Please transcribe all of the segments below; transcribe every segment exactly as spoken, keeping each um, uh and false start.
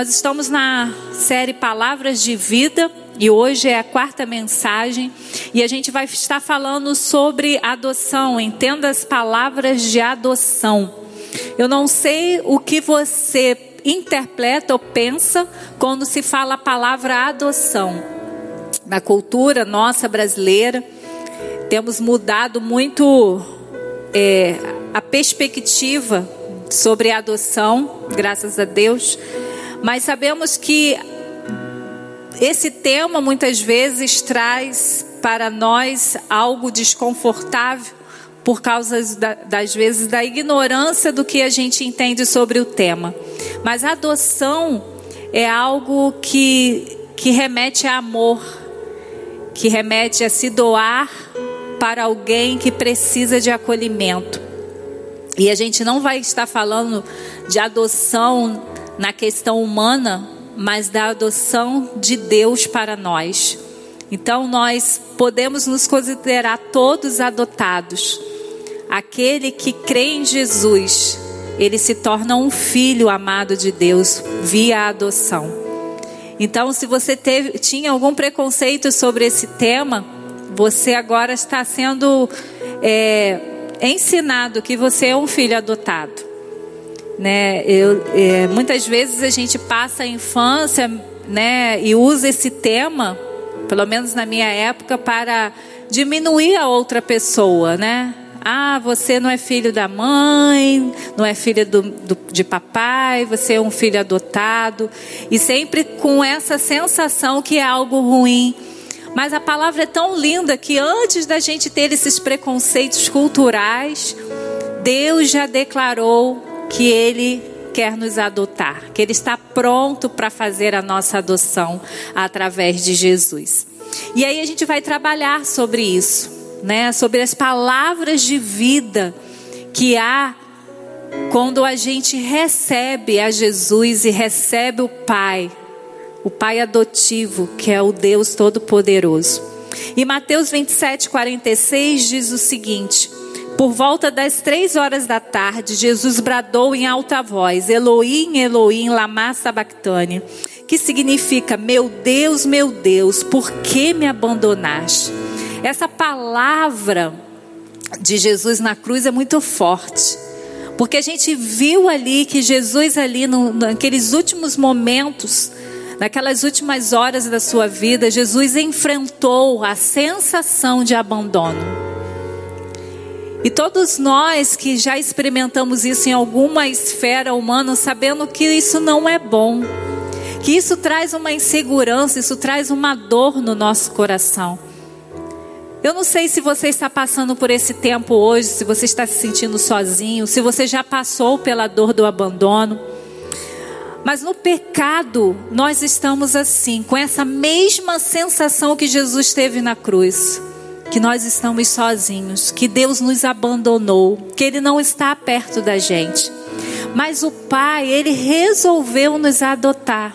Nós estamos na série Palavras de Vida e hoje é a quarta mensagem e a gente vai estar falando sobre adoção. Entenda as palavras de adoção. Eu não sei o que você interpreta ou pensa quando se fala a palavra adoção. Na cultura nossa brasileira, temos mudado muito é, a perspectiva sobre a adoção, graças a Deus. Mas sabemos que esse tema muitas vezes traz para nós algo desconfortável por causa da, das vezes da ignorância do que a gente entende sobre o tema. Mas a adoção é algo que, que remete a amor, que remete a se doar para alguém que precisa de acolhimento. E a gente não vai estar falando de adoção na questão humana, mas da adoção de Deus para nós. Então nós podemos nos considerar todos adotados. Aquele que crê em Jesus, ele se torna um filho amado de Deus via adoção. Então, se você teve, tinha algum preconceito sobre esse tema, você agora está sendo é, ensinado que você é um filho adotado. Né? Eu, é, muitas vezes a gente passa a infância, né, e usa esse tema, pelo menos na minha época, para diminuir a outra pessoa, né? Ah, você não é filho da mãe, não é filho do, do, de papai, você é um filho adotado. E sempre com essa sensação que é algo ruim. Mas a palavra é tão linda que antes da gente ter esses preconceitos culturais, Deus já declarou que Ele quer nos adotar, que Ele está pronto para fazer a nossa adoção através de Jesus. E aí a gente vai trabalhar sobre isso, né? Sobre as palavras de vida que há quando a gente recebe a Jesus e recebe o Pai, o Pai adotivo, que é o Deus Todo-Poderoso. E Mateus vinte e sete, quarenta e seis diz o seguinte: por volta das três horas da tarde, Jesus bradou em alta voz: Elohim, Elohim, lama sabachthani, que significa: meu Deus, meu Deus, por que me abandonaste? Essa palavra de Jesus na cruz é muito forte, porque a gente viu ali que Jesus ali, no, naqueles últimos momentos, naquelas últimas horas da sua vida, Jesus enfrentou a sensação de abandono. E todos nós que já experimentamos isso em alguma esfera humana, sabendo que isso não é bom, que isso traz uma insegurança, isso traz uma dor no nosso coração. Eu não sei se você está passando por esse tempo hoje, se você está se sentindo sozinho, se você já passou pela dor do abandono. Mas no pecado, nós estamos assim, com essa mesma sensação que Jesus teve na cruz. Que nós estamos sozinhos, que Deus nos abandonou, que Ele não está perto da gente. Mas o Pai, Ele resolveu nos adotar.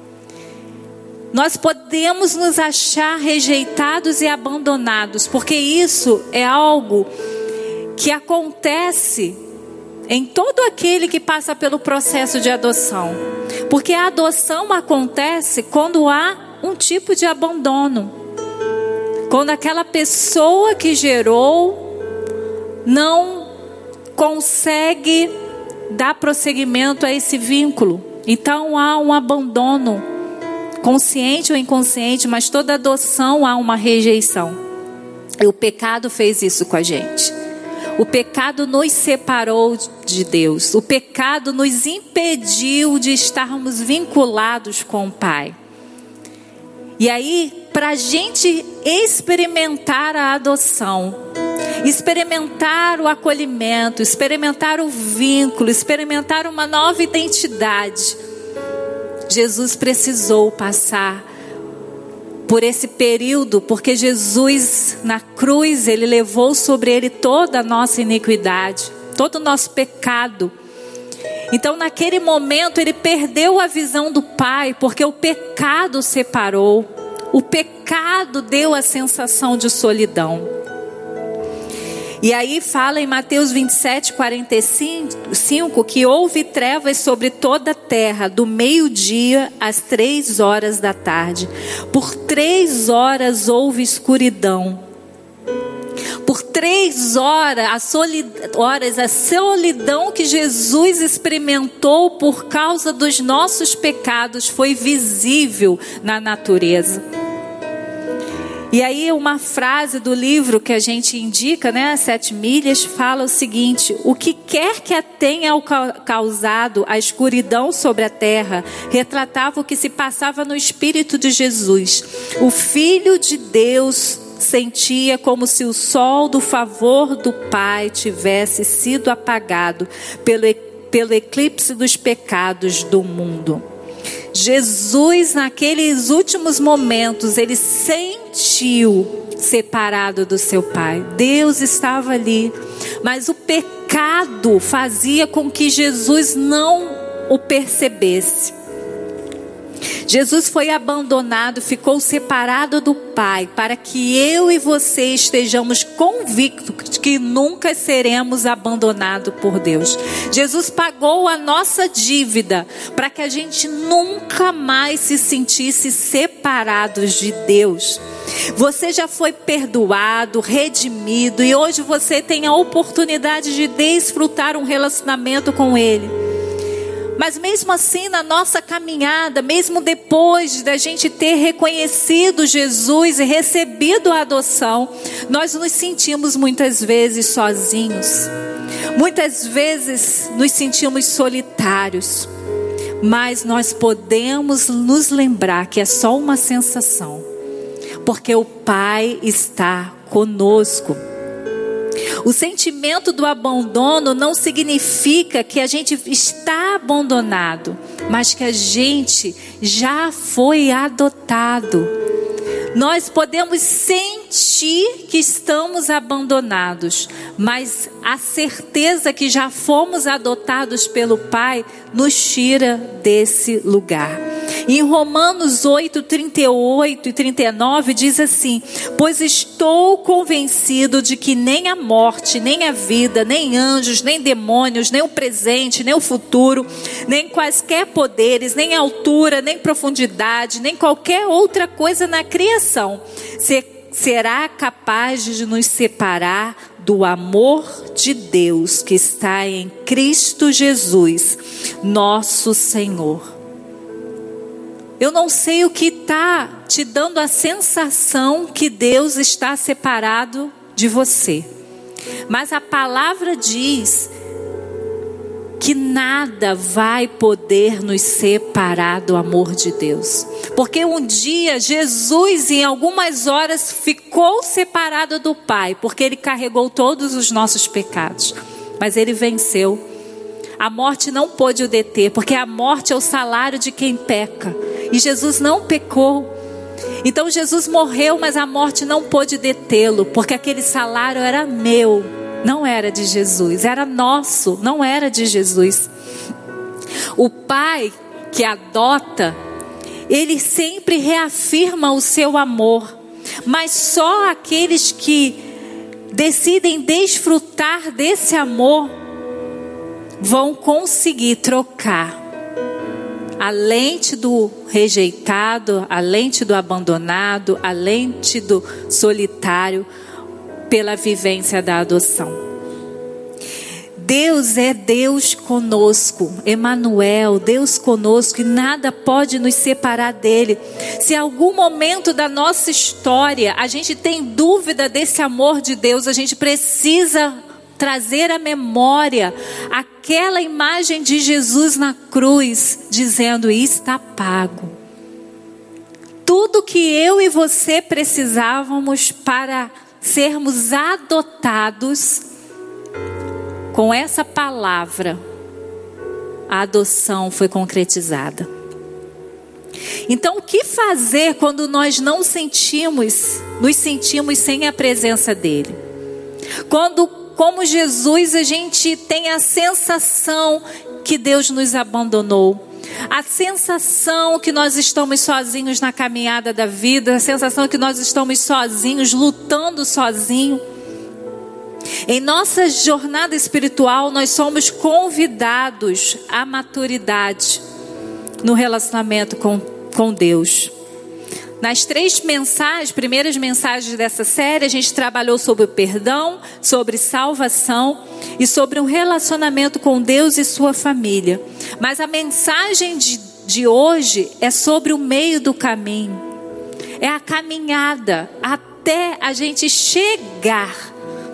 Nós podemos nos achar rejeitados e abandonados, porque isso é algo que acontece em todo aquele que passa pelo processo de adoção. Porque a adoção acontece quando há um tipo de abandono. Quando aquela pessoa que gerou não consegue dar prosseguimento a esse vínculo. Então há um abandono, consciente ou inconsciente, mas toda adoção há uma rejeição. E o pecado fez isso com a gente. O pecado nos separou de Deus. O pecado nos impediu de estarmos vinculados com o Pai. E aí, para a gente experimentar a adoção, experimentar o acolhimento, experimentar o vínculo, experimentar uma nova identidade, Jesus precisou passar por esse período, porque Jesus na cruz, Ele levou sobre Ele toda a nossa iniquidade, todo o nosso pecado. Então naquele momento Ele perdeu a visão do Pai, porque o pecado separou. O pecado deu a sensação de solidão. E aí fala em Mateus vinte e sete, quarenta e cinco, que houve trevas sobre toda a terra, do meio-dia às três horas da tarde. Por três horas houve escuridão. Por três horas a, solidão, horas, a solidão que Jesus experimentou por causa dos nossos pecados foi visível na natureza. E aí uma frase do livro que a gente indica, né, as Sete Milhas, fala o seguinte: o que quer que tenha causado a escuridão sobre a terra, retratava o que se passava no Espírito de Jesus. O Filho de Deus sentia como se o sol do favor do Pai tivesse sido apagado pelo, pelo eclipse dos pecados do mundo. Jesus, naqueles últimos momentos, ele sentiu separado do seu Pai. Deus estava ali, mas o pecado fazia com que Jesus não o percebesse. Jesus foi abandonado, ficou separado do Pai, para que eu e você estejamos convictos que nunca seremos abandonados por Deus. Jesus pagou a nossa dívida para que a gente nunca mais se sentisse separados de Deus. Você já foi perdoado, redimido, e hoje você tem a oportunidade de desfrutar um relacionamento com Ele. Mas mesmo assim, na nossa caminhada, mesmo depois da gente ter reconhecido Jesus e recebido a adoção, nós nos sentimos muitas vezes sozinhos. Muitas vezes nos sentimos solitários. Mas nós podemos nos lembrar que é só uma sensação, porque o Pai está conosco. O sentimento do abandono não significa que a gente está abandonado, mas que a gente já foi adotado. Nós podemos sentir que estamos abandonados, mas a certeza que já fomos adotados pelo Pai nos tira desse lugar. Em Romanos oito, trinta e oito e trinta e nove diz assim: pois estou convencido de que nem a morte, nem a vida, nem anjos, nem demônios, nem o presente, nem o futuro, nem quaisquer poderes, nem altura, nem profundidade, nem qualquer outra coisa na criação será capaz de nos separar do amor de Deus que está em Cristo Jesus, nosso Senhor. Eu não sei o que está te dando a sensação que Deus está separado de você. Mas a palavra diz que nada vai poder nos separar do amor de Deus. Porque um dia Jesus, em algumas horas, ficou separado do Pai, porque Ele carregou todos os nossos pecados. Mas Ele venceu. A morte não pôde o deter, porque a morte é o salário de quem peca. E Jesus não pecou. Então Jesus morreu, mas a morte não pôde detê-lo, porque aquele salário era meu, não era de Jesus, era nosso, não era de Jesus. O Pai que adota, Ele sempre reafirma o seu amor, mas só aqueles que decidem desfrutar desse amor vão conseguir trocar a lente do rejeitado, a lente do abandonado, a lente do solitário pela vivência da adoção. Deus é Deus conosco, Emanuel, Deus conosco, e nada pode nos separar dele. Se em algum momento da nossa história a gente tem dúvida desse amor de Deus, a gente precisa trazer à memória aquela imagem de Jesus na cruz, dizendo: está pago. Tudo que eu e você precisávamos para sermos adotados, com essa palavra, a adoção foi concretizada. Então, o que fazer quando nós não sentimos, nos sentimos sem a presença dele? Quando, como Jesus, a gente tem a sensação que Deus nos abandonou, a sensação que nós estamos sozinhos na caminhada da vida, a sensação que nós estamos sozinhos, lutando sozinho. Em nossa jornada espiritual, nós somos convidados à maturidade no relacionamento com, com Deus. Nas três mensagens, primeiras mensagens dessa série, a gente trabalhou sobre o perdão, sobre salvação e sobre um relacionamento com Deus e sua família. Mas a mensagem de, de hoje é sobre o meio do caminho. É a caminhada até a gente chegar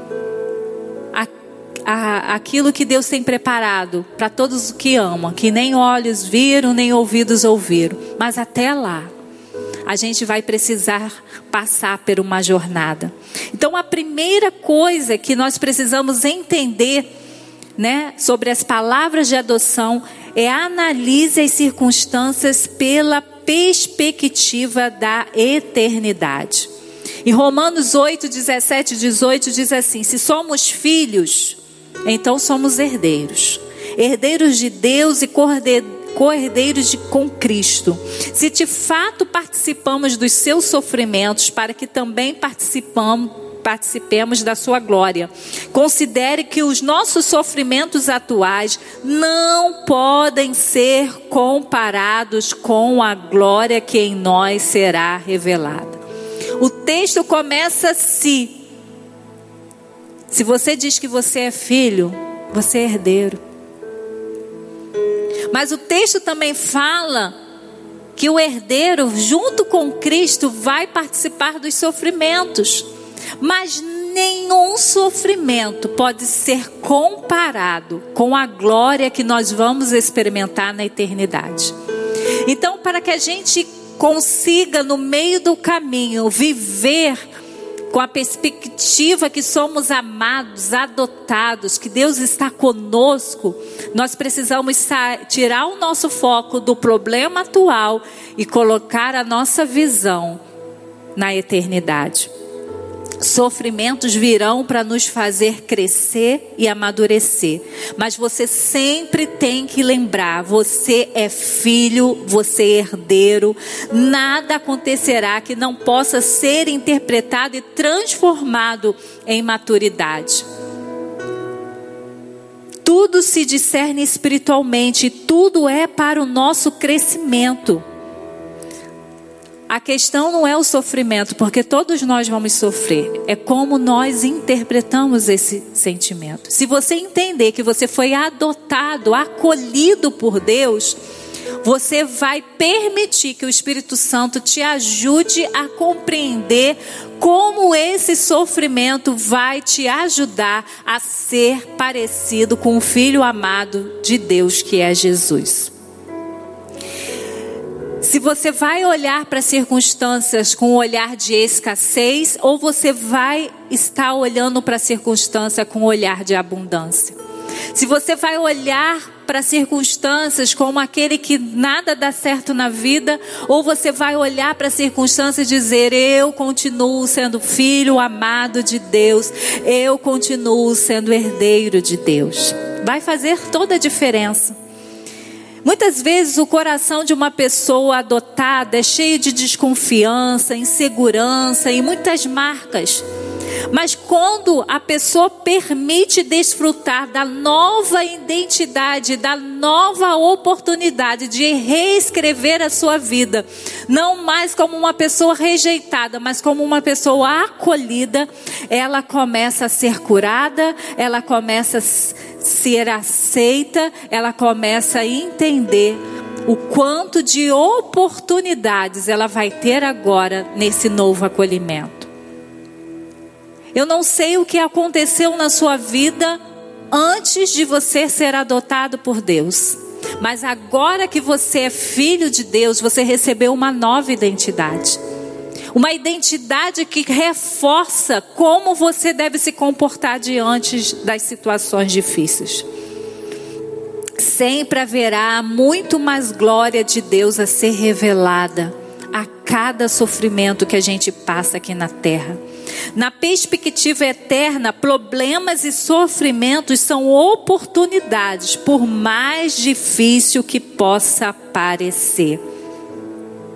a, a, aquilo que Deus tem preparado para todos os que amam, que nem olhos viram, nem ouvidos ouviram. Mas até lá, a gente vai precisar passar por uma jornada. Então, a primeira coisa que nós precisamos entender, né, sobre as palavras de adoção é analise as circunstâncias pela perspectiva da eternidade. Em Romanos oito, dezessete e dezoito diz assim: se somos filhos, então somos herdeiros. Herdeiros de Deus e cordeiros co-herdeiros de, com Cristo, se de fato participamos dos seus sofrimentos, para que também participamos, participemos da sua glória. Considere que os nossos sofrimentos atuais não podem ser comparados com a glória que em nós será revelada. O texto começa assim: se você diz que você é filho, você é herdeiro. Mas o texto também fala que o herdeiro, junto com Cristo, vai participar dos sofrimentos. Mas nenhum sofrimento pode ser comparado com a glória que nós vamos experimentar na eternidade. Então, para que a gente consiga, no meio do caminho, viver com a perspectiva que somos amados, adotados, que Deus está conosco, nós precisamos tirar o nosso foco do problema atual e colocar a nossa visão na eternidade. Sofrimentos virão para nos fazer crescer e amadurecer. Mas você sempre tem que lembrar, você é filho, você é herdeiro. Nada acontecerá que não possa ser interpretado e transformado em maturidade. Tudo se discerne espiritualmente, tudo é para o nosso crescimento. A questão não é o sofrimento, porque todos nós vamos sofrer. É como nós interpretamos esse sentimento. Se você entender que você foi adotado, acolhido por Deus, você vai permitir que o Espírito Santo te ajude a compreender como esse sofrimento vai te ajudar a ser parecido com o Filho amado de Deus, que é Jesus. Se você vai olhar para as circunstâncias com um olhar de escassez, ou você vai estar olhando para a circunstância com um olhar de abundância. Se você vai olhar para as circunstâncias como aquele que nada dá certo na vida, ou você vai olhar para as circunstâncias e dizer: eu continuo sendo filho amado de Deus, eu continuo sendo herdeiro de Deus. Vai fazer toda a diferença. Muitas vezes o coração de uma pessoa adotada é cheio de desconfiança, insegurança e muitas marcas. Mas quando a pessoa permite desfrutar da nova identidade, da nova oportunidade de reescrever a sua vida, não mais como uma pessoa rejeitada, mas como uma pessoa acolhida, ela começa a ser curada, ela começa a ser aceita, ela começa a entender o quanto de oportunidades ela vai ter agora nesse novo acolhimento. Eu não sei o que aconteceu na sua vida antes de você ser adotado por Deus. Mas agora que você é filho de Deus, você recebeu uma nova identidade. Uma identidade que reforça como você deve se comportar diante das situações difíceis. Sempre haverá muito mais glória de Deus a ser revelada a cada sofrimento que a gente passa aqui na terra. Na perspectiva eterna, problemas e sofrimentos são oportunidades, por mais difícil que possa parecer.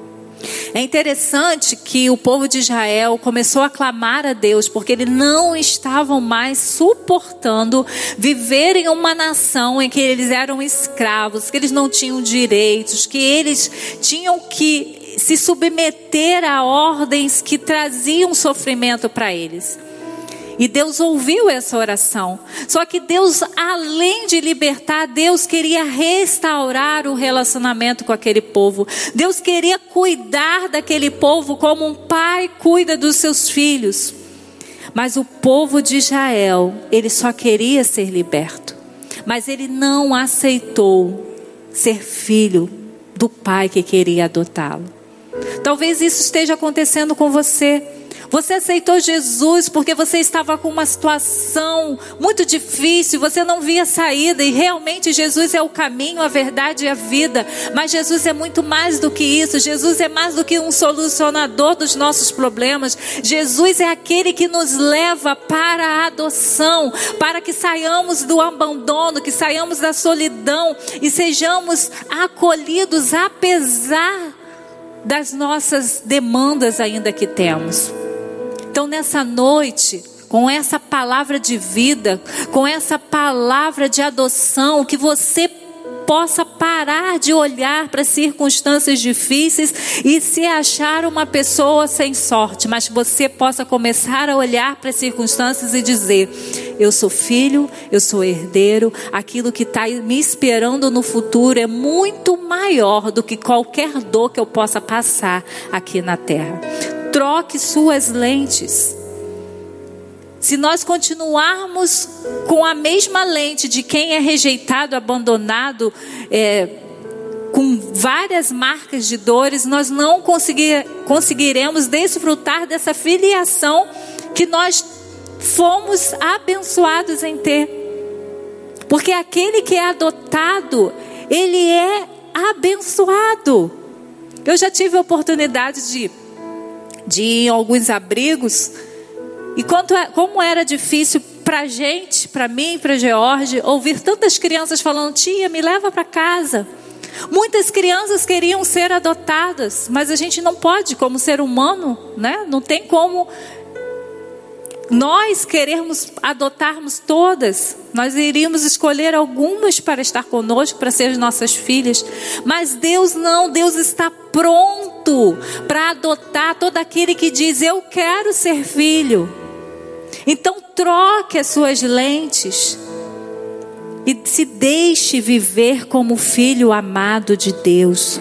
É interessante que o povo de Israel começou a clamar a Deus, porque eles não estavam mais suportando viver em uma nação em que eles eram escravos, que eles não tinham direitos, que eles tinham que se submeter a ordens que traziam sofrimento para eles. E Deus ouviu essa oração. Só que Deus, além de libertar, Deus queria restaurar o relacionamento com aquele povo. Deus queria cuidar daquele povo como um pai cuida dos seus filhos. Mas o povo de Israel, ele só queria ser liberto. Mas ele não aceitou ser filho do pai que queria adotá-lo. Talvez isso esteja acontecendo com você. Você aceitou Jesus porque você estava com uma situação muito difícil, você não via saída, e realmente Jesus é o caminho, a verdade e a vida. Mas Jesus é muito mais do que isso. Jesus é mais do que um solucionador dos nossos problemas. Jesus é aquele que nos leva para a adoção, para que saiamos do abandono, que saiamos da solidão e sejamos acolhidos apesar das nossas demandas ainda que temos. Então nessa noite, com essa palavra de vida, com essa palavra de adoção, que você possa parar de olhar para circunstâncias difíceis e se achar uma pessoa sem sorte, mas que você possa começar a olhar para as circunstâncias e dizer: eu sou filho, eu sou herdeiro, aquilo que está me esperando no futuro é muito maior do que qualquer dor que eu possa passar aqui na terra. Troque suas lentes. Se nós continuarmos com a mesma lente de quem é rejeitado, abandonado, é, com várias marcas de dores, nós não conseguir, conseguiremos desfrutar dessa filiação que nós fomos abençoados em ter. Porque aquele que é adotado, ele é abençoado. Eu já tive a oportunidade de de ir em alguns abrigos, e quanto, como era difícil para a gente, para mim, para George, ouvir tantas crianças falando: tia, me leva para casa. Muitas crianças queriam ser adotadas, mas a gente não pode, como ser humano, né? Não tem como nós queremos adotarmos todas. Nós iríamos escolher algumas para estar conosco, para ser nossas filhas. Mas Deus não, Deus está pronto para adotar todo aquele que diz: eu quero ser filho. Então troque as suas lentes e se deixe viver como filho amado de Deus.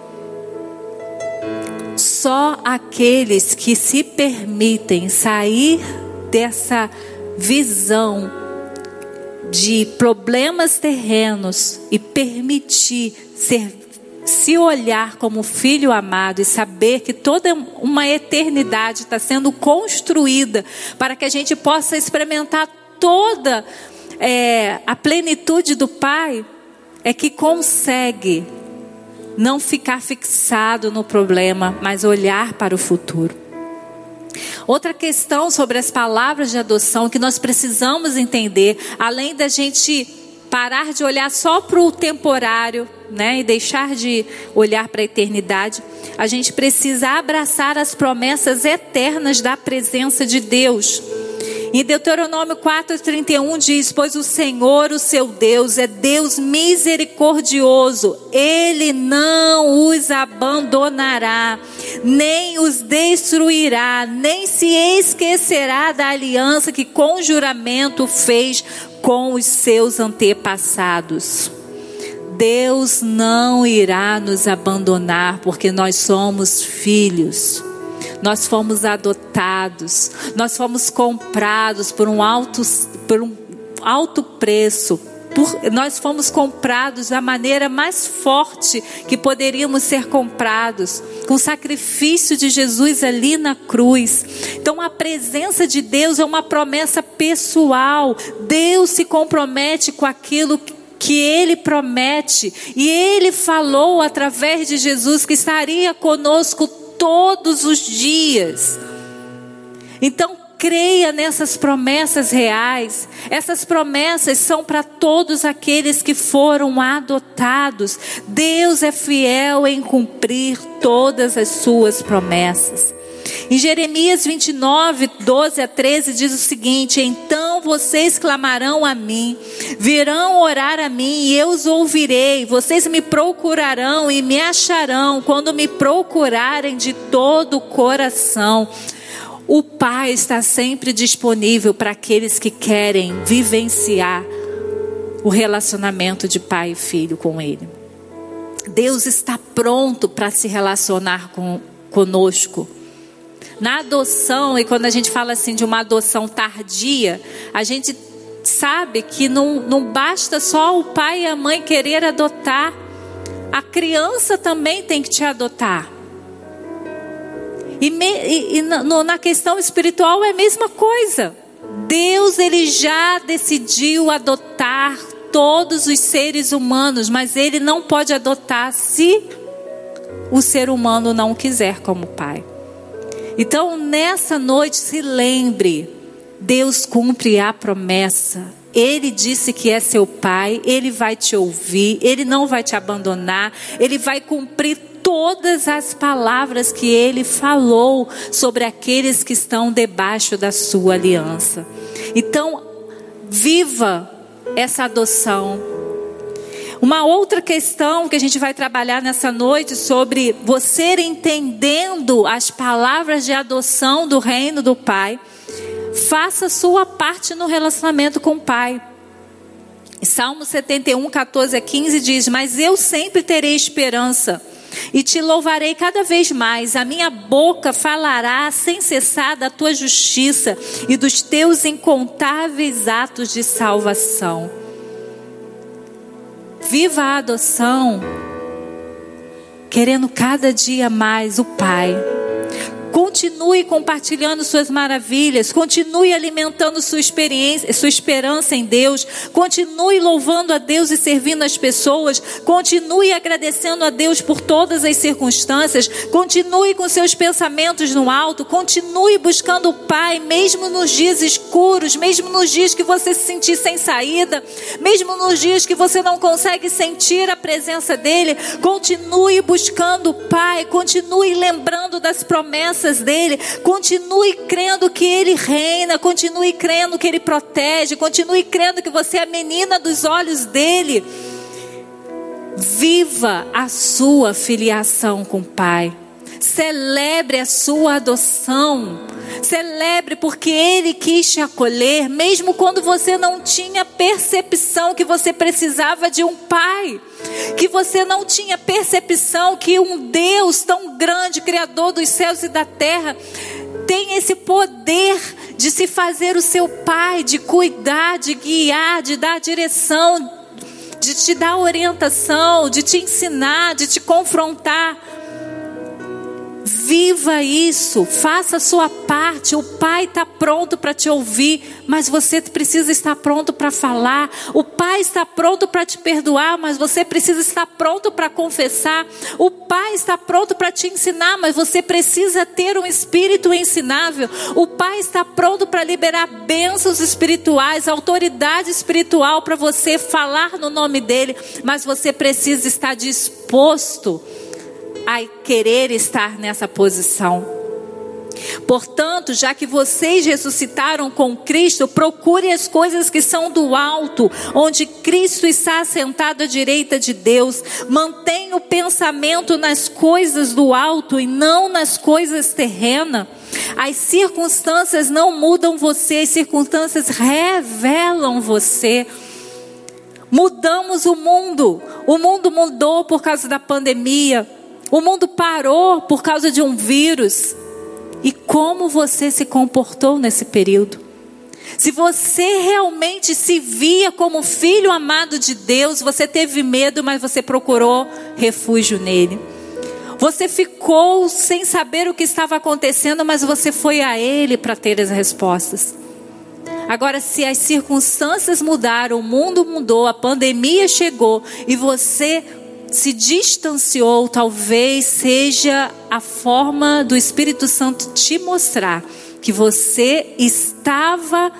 Só aqueles que se permitem sair dessa visão de problemas terrenos e permitir ser, se olhar como filho amado e saber que toda uma eternidade está sendo construída para que a gente possa experimentar toda é, a plenitude do Pai, é que consegue não ficar fixado no problema, mas olhar para o futuro. Outra questão sobre as palavras de adoção que nós precisamos entender, além da gente parar de olhar só para o temporário, né, e deixar de olhar para a eternidade, a gente precisa abraçar as promessas eternas da presença de Deus. Em Deuteronômio quatro, trinta e um diz: pois o Senhor, o seu Deus, é Deus misericordioso, Ele não os abandonará, nem os destruirá, nem se esquecerá da aliança que com juramento fez com os seus antepassados. Deus não irá nos abandonar, porque nós somos filhos. Nós fomos adotados, nós fomos comprados por um alto, por um alto preço. Por, nós fomos comprados da maneira mais forte que poderíamos ser comprados, com o sacrifício de Jesus ali na cruz. Então a presença de Deus é uma promessa pessoal. Deus se compromete com aquilo que que Ele promete, e Ele falou através de Jesus que estaria conosco todos os dias. Então creia nessas promessas reais. Essas promessas são para todos aqueles que foram adotados. Deus é fiel em cumprir todas as suas promessas. Em Jeremias vinte e nove, doze a treze diz o seguinte: então vocês clamarão a mim, virão orar a mim e eu os ouvirei. Vocês me procurarão e me acharão quando me procurarem de todo o coração. O Pai está sempre disponível para aqueles que querem vivenciar o relacionamento de pai e filho com Ele. Deus está pronto para se relacionar com, conosco. Na adoção, e quando a gente fala assim de uma adoção tardia, a gente sabe que não, não basta só o pai e a mãe querer adotar. A criança também tem que te adotar. E, me, e, e na, na questão espiritual é a mesma coisa. Deus, Ele já decidiu adotar todos os seres humanos, mas Ele não pode adotar se o ser humano não quiser como pai. Então, nessa noite, se lembre, Deus cumpre a promessa. Ele disse que é seu pai, Ele vai te ouvir, Ele não vai te abandonar, Ele vai cumprir todas as palavras que Ele falou sobre aqueles que estão debaixo da sua aliança. Então, viva essa adoção. Uma outra questão que a gente vai trabalhar nessa noite sobre você entendendo as palavras de adoção do reino do Pai. Faça sua parte no relacionamento com o Pai. Salmo setenta e um, catorze a quinze diz: mas eu sempre terei esperança e te louvarei cada vez mais. A minha boca falará sem cessar da tua justiça e dos teus incontáveis atos de salvação. Viva a adoção, querendo cada dia mais o Pai. Continue compartilhando suas maravilhas, continue alimentando sua experiência, sua esperança em Deus, continue louvando a Deus e servindo as pessoas, continue agradecendo a Deus por todas as circunstâncias, continue com seus pensamentos no alto, continue buscando o Pai, mesmo nos dias escuros, mesmo nos dias que você se sentir sem saída, mesmo nos dias que você não consegue sentir a presença dEle, continue buscando o Pai, continue lembrando das promessas dele, continue crendo que ele reina, continue crendo que ele protege, continue crendo que você é a menina dos olhos dele. Viva a sua filiação com o Pai. Celebre a sua adoção. Celebre porque Ele quis te acolher, mesmo quando você não tinha percepção que você precisava de um pai, que você não tinha percepção que um Deus tão grande, Criador dos céus e da terra, tem esse poder de se fazer o seu pai, de cuidar, de guiar, de dar direção, de te dar orientação, de te ensinar, de te confrontar. Viva isso, faça a sua parte. O Pai está pronto para te ouvir, mas você precisa estar pronto para falar. O Pai está pronto para te perdoar, mas você precisa estar pronto para confessar. O Pai está pronto para te ensinar, mas você precisa ter um espírito ensinável. O Pai está pronto para liberar bênçãos espirituais, autoridade espiritual para você falar no nome dEle, mas você precisa estar disposto a querer estar nessa posição. Portanto, já que vocês ressuscitaram com Cristo, procure as coisas que são do alto, onde Cristo está assentado à direita de Deus. Mantenha o pensamento nas coisas do alto e não nas coisas terrenas. As circunstâncias não mudam você, as circunstâncias revelam você. Mudamos o mundo. O mundo mudou por causa da pandemia. O mundo parou por causa de um vírus. E como você se comportou nesse período? Se você realmente se via como filho amado de Deus, você teve medo, mas você procurou refúgio nele. Você ficou sem saber o que estava acontecendo, mas você foi a Ele para ter as respostas. Agora, se as circunstâncias mudaram, o mundo mudou, a pandemia chegou e você se distanciou, talvez seja a forma do Espírito Santo te mostrar que você estava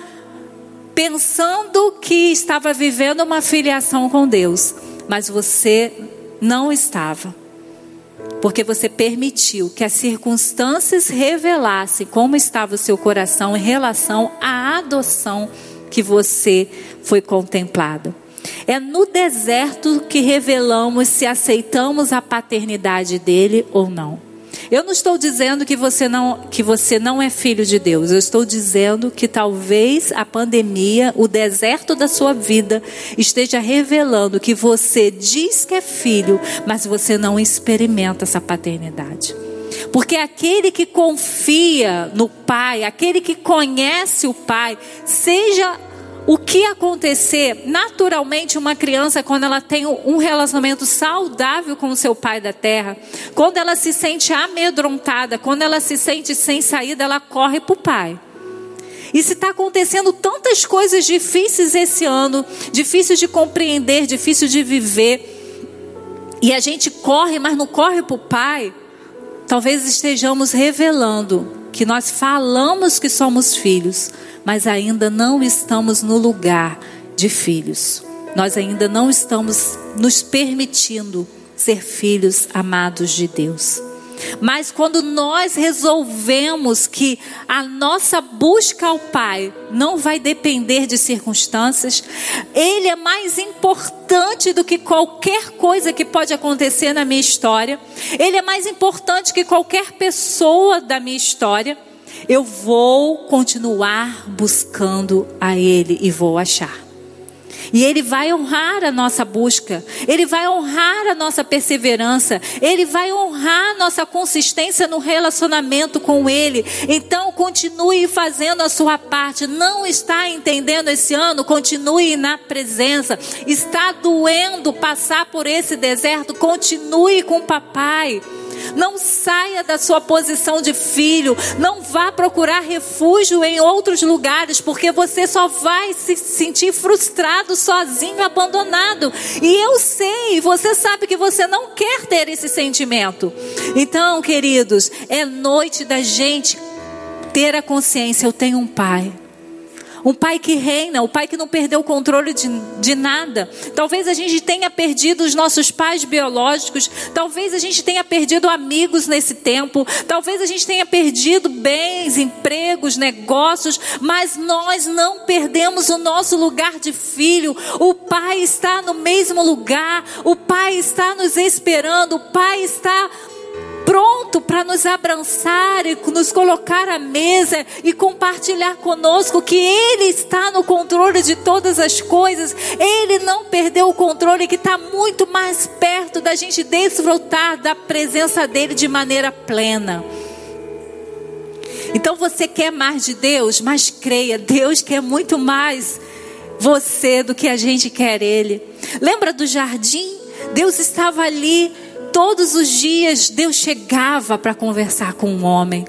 pensando que estava vivendo uma filiação com Deus, mas você não estava. Porque você permitiu que as circunstâncias revelassem como estava o seu coração em relação à adoção que você foi contemplado. É no deserto que revelamos se aceitamos a paternidade dele ou não. Eu não estou dizendo que você não, que você não é filho de Deus. Eu estou dizendo que talvez a pandemia, o deserto da sua vida, esteja revelando que você diz que é filho, mas você não experimenta essa paternidade. Porque aquele que confia no Pai, aquele que conhece o Pai, seja o que acontecer, naturalmente uma criança, quando ela tem um relacionamento saudável com o seu pai da terra, quando ela se sente amedrontada, quando ela se sente sem saída, ela corre para o pai. E se está acontecendo tantas coisas difíceis esse ano, difíceis de compreender, difíceis de viver, e a gente corre, mas não corre para o pai, talvez estejamos revelando que nós falamos que somos filhos, mas ainda não estamos no lugar de filhos. Nós ainda não estamos nos permitindo ser filhos amados de Deus. Mas quando nós resolvemos que a nossa busca ao Pai não vai depender de circunstâncias, Ele é mais importante do que qualquer coisa que pode acontecer na minha história, Ele é mais importante que qualquer pessoa da minha história, eu vou continuar buscando a Ele e vou achar. E Ele vai honrar a nossa busca, Ele vai honrar a nossa perseverança, Ele vai honrar a nossa consistência no relacionamento com Ele. Então continue fazendo a sua parte. Não está entendendo esse ano? Continue na presença. Está doendo passar por esse deserto? Continue com o papai. Não saia da sua posição de filho. Não vá procurar refúgio em outros lugares, porque você só vai se sentir frustrado, sozinho, abandonado. E eu sei, você sabe que você não quer ter esse sentimento. Então, queridos, é noite da gente ter a consciência: eu tenho um pai. Um pai que reina, um pai que não perdeu o controle de, de nada. Talvez a gente tenha perdido os nossos pais biológicos. Talvez a gente tenha perdido amigos nesse tempo. Talvez a gente tenha perdido bens, empregos, negócios. Mas nós não perdemos o nosso lugar de filho. O Pai está no mesmo lugar. O Pai está nos esperando. O Pai está pronto para nos abraçar e nos colocar à mesa e compartilhar conosco que Ele está no controle de todas as coisas. Ele não perdeu o controle, que está muito mais perto da gente desfrutar da presença dEle de maneira plena. Então você quer mais de Deus? Mas creia, Deus quer muito mais você do que a gente quer Ele. Lembra do jardim? Deus estava ali. Todos os dias Deus chegava para conversar com um homem.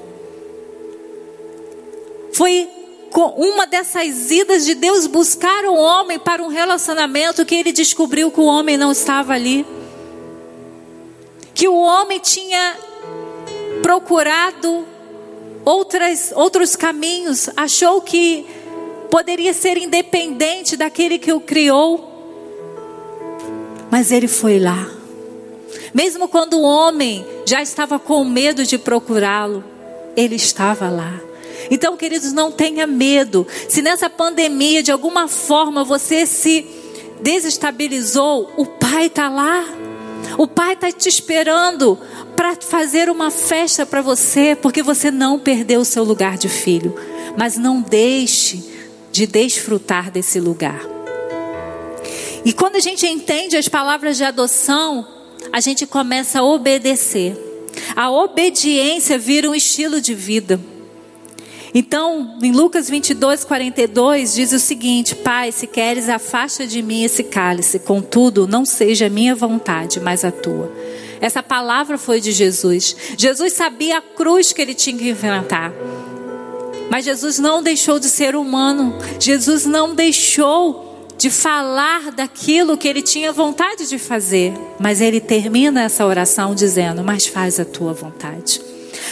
Foi uma dessas idas de Deus buscar um homem para um relacionamento que Ele descobriu que o homem não estava ali. Que o homem tinha procurado outras, outros caminhos. Achou que poderia ser independente daquele que o criou. Mas Ele foi lá. Mesmo quando o homem já estava com medo de procurá-lo, Ele estava lá. Então, queridos, não tenha medo. Se nessa pandemia, de alguma forma, você se desestabilizou, o Pai está lá. O Pai está te esperando para fazer uma festa para você, porque você não perdeu o seu lugar de filho. Mas não deixe de desfrutar desse lugar. E quando a gente entende as palavras de adoção, a gente começa a obedecer. A obediência vira um estilo de vida. Então, em Lucas vinte e dois, quarenta e dois, diz o seguinte: Pai, se queres, afasta de mim esse cálice. Contudo, não seja a minha vontade, mas a tua. Essa palavra foi de Jesus. Jesus sabia a cruz que Ele tinha que enfrentar. Mas Jesus não deixou de ser humano. Jesus não deixou de falar daquilo que Ele tinha vontade de fazer. Mas Ele termina essa oração dizendo: mas faz a tua vontade.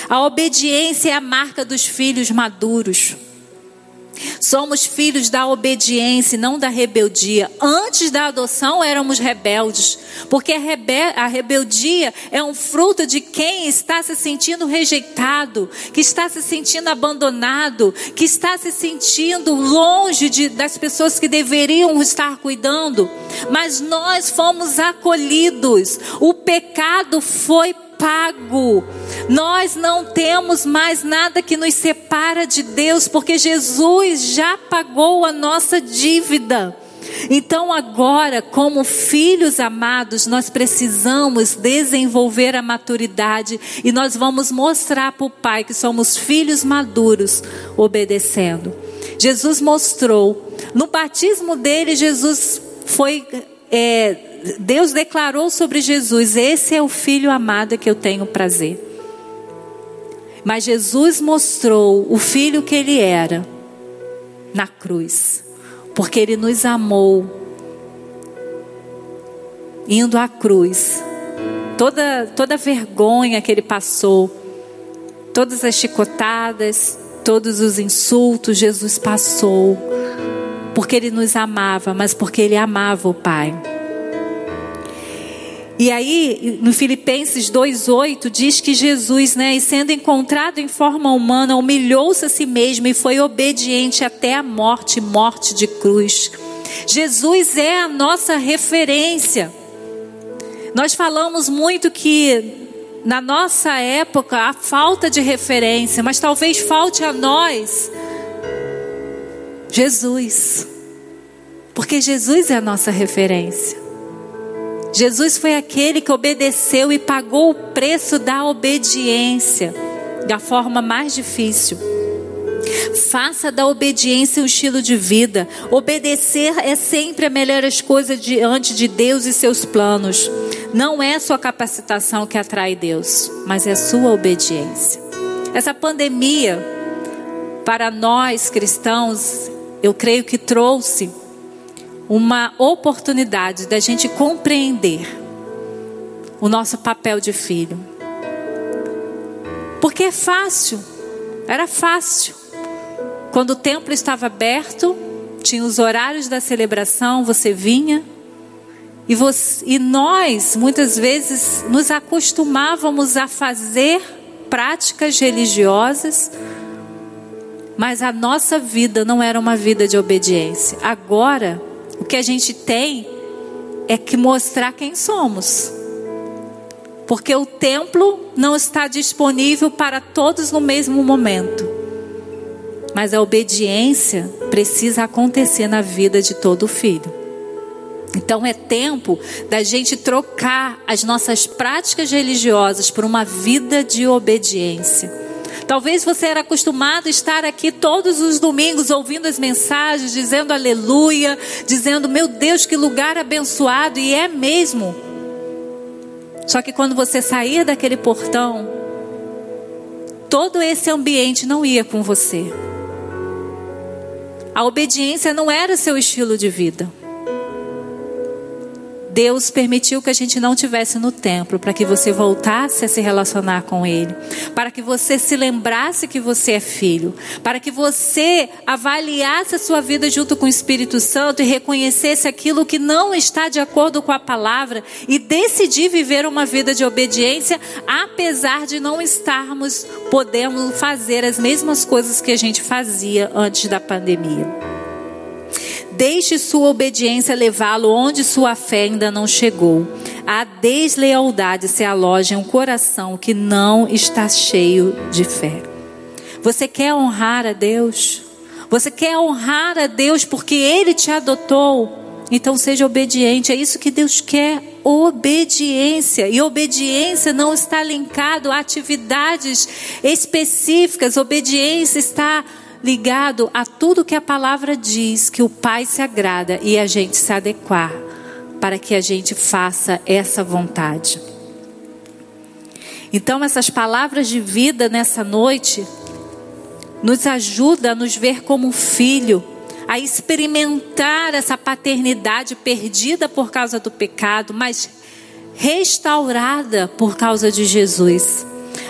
A obediência é a marca dos filhos maduros. Somos filhos da obediência, não da rebeldia. Antes da adoção éramos rebeldes, porque a, rebe- a rebeldia é um fruto de quem está se sentindo rejeitado, que está se sentindo abandonado, que está se sentindo longe de, das pessoas que deveriam estar cuidando. Mas nós fomos acolhidos, o pecado foi pago. Nós não temos mais nada que nos separa de Deus, porque Jesus já pagou a nossa dívida. Então agora, como filhos amados, nós precisamos desenvolver a maturidade e nós vamos mostrar para o Pai que somos filhos maduros, obedecendo. Jesus mostrou, no batismo dele, Jesus foi... É, Deus declarou sobre Jesus: esse é o filho amado que eu tenho prazer. Mas Jesus mostrou o filho que ele era na cruz, porque ele nos amou, indo à cruz. Toda, toda a vergonha que ele passou, todas as chicotadas, todos os insultos, Jesus passou, porque ele nos amava, mas porque ele amava o Pai. E aí, no Filipenses dois, oito, diz que Jesus, né, e sendo encontrado em forma humana, humilhou-se a si mesmo e foi obediente até a morte, morte de cruz. Jesus é a nossa referência. Nós falamos muito que na nossa época há falta de referência, mas talvez falte a nós Jesus, porque Jesus é a nossa referência. Jesus foi aquele que obedeceu e pagou o preço da obediência, da forma mais difícil. Faça da obediência um estilo de vida. Obedecer é sempre a melhor coisa diante de Deus e seus planos. Não é sua capacitação que atrai Deus, mas é a sua obediência. Essa pandemia, para nós cristãos, eu creio que trouxe uma oportunidade da gente compreender o nosso papel de filho. Porque é fácil, era fácil. Quando o templo estava aberto, tinha os horários da celebração, você vinha. E, você, e nós, muitas vezes, nos acostumávamos a fazer práticas religiosas, mas a nossa vida não era uma vida de obediência. Agora, o que a gente tem é que mostrar quem somos. Porque o templo não está disponível para todos no mesmo momento. Mas a obediência precisa acontecer na vida de todo filho. Então é tempo da gente trocar as nossas práticas religiosas por uma vida de obediência. Talvez você era acostumado a estar aqui todos os domingos ouvindo as mensagens, dizendo aleluia, dizendo meu Deus, que lugar abençoado, e é mesmo. Só que quando você sair daquele portão, todo esse ambiente não ia com você. A obediência não era seu estilo de vida. Deus permitiu que a gente não estivesse no templo para que você voltasse a se relacionar com Ele, para que você se lembrasse que você é filho, para que você avaliasse a sua vida junto com o Espírito Santo e reconhecesse aquilo que não está de acordo com a palavra e decidir viver uma vida de obediência, apesar de não estarmos podendo fazer as mesmas coisas que a gente fazia antes da pandemia. Deixe sua obediência levá-lo onde sua fé ainda não chegou. A deslealdade se aloja em um coração que não está cheio de fé. Você quer honrar a Deus? Você quer honrar a Deus porque Ele te adotou? Então seja obediente, é isso que Deus quer, obediência. E obediência não está linkado a atividades específicas, obediência está ligado a tudo que a palavra diz, que o Pai se agrada e a gente se adequar para que a gente faça essa vontade. Então essas palavras de vida nessa noite nos ajudam a nos ver como filho, a experimentar essa paternidade perdida por causa do pecado, mas restaurada por causa de Jesus.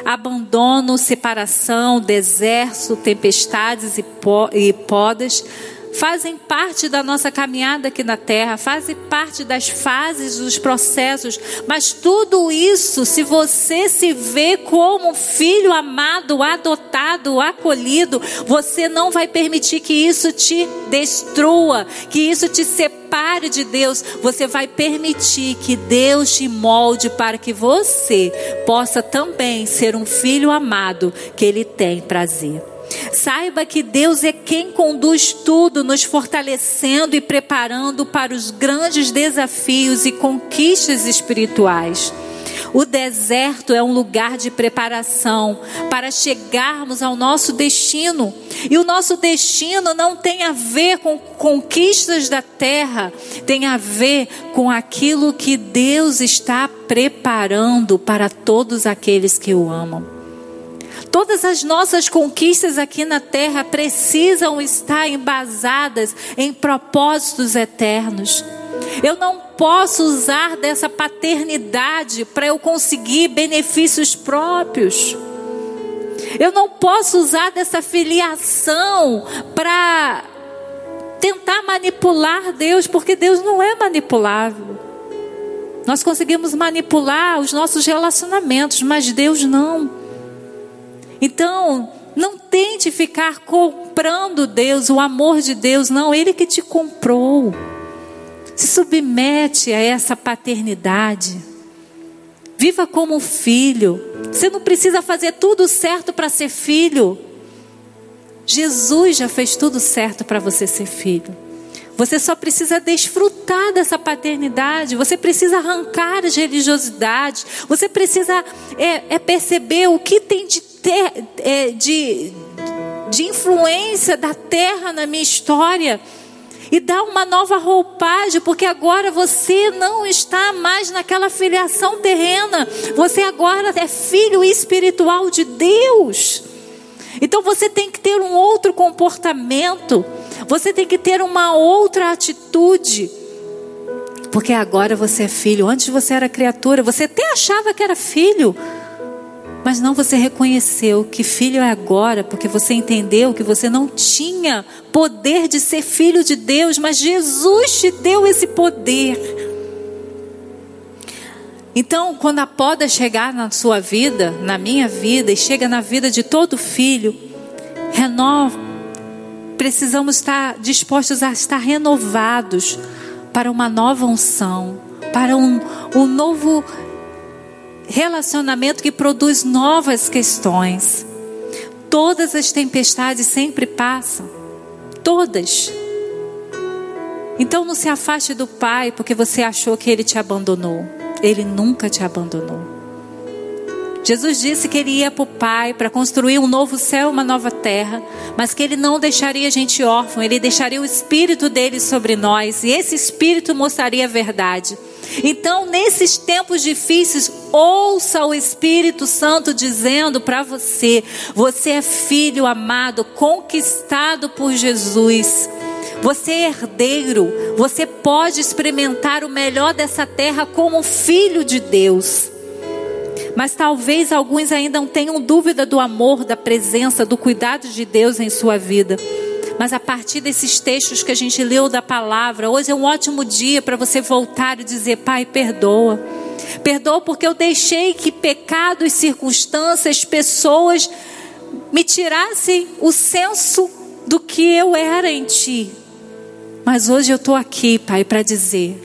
Abandono, separação, deserto, tempestades e, po- e podas fazem parte da nossa caminhada aqui na terra, fazem parte das fases, dos processos, mas tudo isso, se você se vê como filho amado, adotado, acolhido, você não vai permitir que isso te destrua, que isso te separe de Deus. Você vai permitir que Deus te molde para que você possa também ser um filho amado que Ele tem prazer. Saiba que Deus é quem conduz tudo, nos fortalecendo e preparando para os grandes desafios e conquistas espirituais. O deserto é um lugar de preparação para chegarmos ao nosso destino. E o nosso destino não tem a ver com conquistas da terra, tem a ver com aquilo que Deus está preparando para todos aqueles que o amam. Todas as nossas conquistas aqui na terra precisam estar embasadas em propósitos eternos. Eu não posso usar dessa paternidade para eu conseguir benefícios próprios. Eu não posso usar dessa filiação para tentar manipular Deus, porque Deus não é manipulável. Nós conseguimos manipular os nossos relacionamentos, mas Deus não. Então, não tente ficar comprando Deus, o amor de Deus, não, Ele que te comprou. Se submete a essa paternidade. Viva como filho. Você não precisa fazer tudo certo para ser filho. Jesus já fez tudo certo para você ser filho. Você só precisa desfrutar dessa paternidade. Você precisa arrancar as religiosidades. Você precisa é, é perceber o que tem de, ter, é, de, de influência da terra na minha história. E dar uma nova roupagem. Porque agora você não está mais naquela filiação terrena. Você agora é filho espiritual de Deus. Então você tem que ter um outro comportamento. Você tem que ter uma outra atitude. Porque agora você é filho. Antes você era criatura. Você até achava que era filho. Mas não, você reconheceu que filho é agora. Porque você entendeu que você não tinha poder de ser filho de Deus. Mas Jesus te deu esse poder. Então, quando a poda chegar na sua vida, na minha vida, e chega na vida de todo filho, renova. Precisamos estar dispostos a estar renovados para uma nova unção, para um, um novo relacionamento que produz novas questões. Todas as tempestades sempre passam, todas. Então não se afaste do Pai porque você achou que Ele te abandonou. Ele nunca te abandonou. Jesus disse que Ele ia para o Pai para construir um novo céu e uma nova terra, mas que Ele não deixaria a gente órfão. Ele deixaria o Espírito dele sobre nós, e esse Espírito mostraria a verdade. Então, nesses tempos difíceis, ouça o Espírito Santo dizendo para você: você é filho amado, conquistado por Jesus. Você é herdeiro, você pode experimentar o melhor dessa terra como filho de Deus. Mas talvez alguns ainda não tenham dúvida do amor, da presença, do cuidado de Deus em sua vida. Mas a partir desses textos que a gente leu da palavra, hoje é um ótimo dia para você voltar e dizer: Pai, perdoa. Perdoa porque eu deixei que pecados, circunstâncias, pessoas me tirassem o senso do que eu era em Ti. Mas hoje eu estou aqui, Pai, para dizer: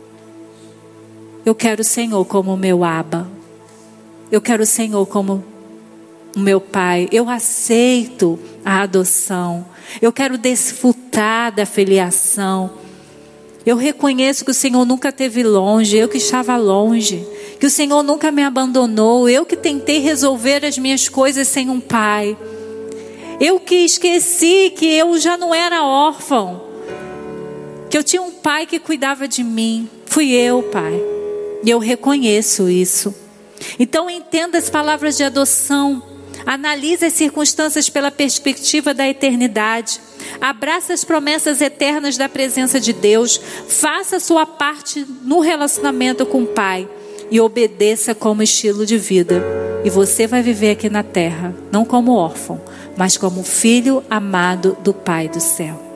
eu quero o Senhor como meu Abba. Eu quero o Senhor como o meu Pai. Eu aceito a adoção. Eu quero desfrutar da filiação. Eu reconheço que o Senhor nunca esteve longe. Eu que estava longe. Que o Senhor nunca me abandonou. Eu que tentei resolver as minhas coisas sem um pai. Eu que esqueci que eu já não era órfão. Que eu tinha um pai que cuidava de mim. Fui eu, Pai. E eu reconheço isso. Então entenda as palavras de adoção. Analise as circunstâncias pela perspectiva da eternidade. Abraça as promessas eternas da presença de Deus. Faça a sua parte no relacionamento com o Pai. E obedeça como estilo de vida. E você vai viver aqui na terra, não como órfão, mas como filho amado do Pai do céu.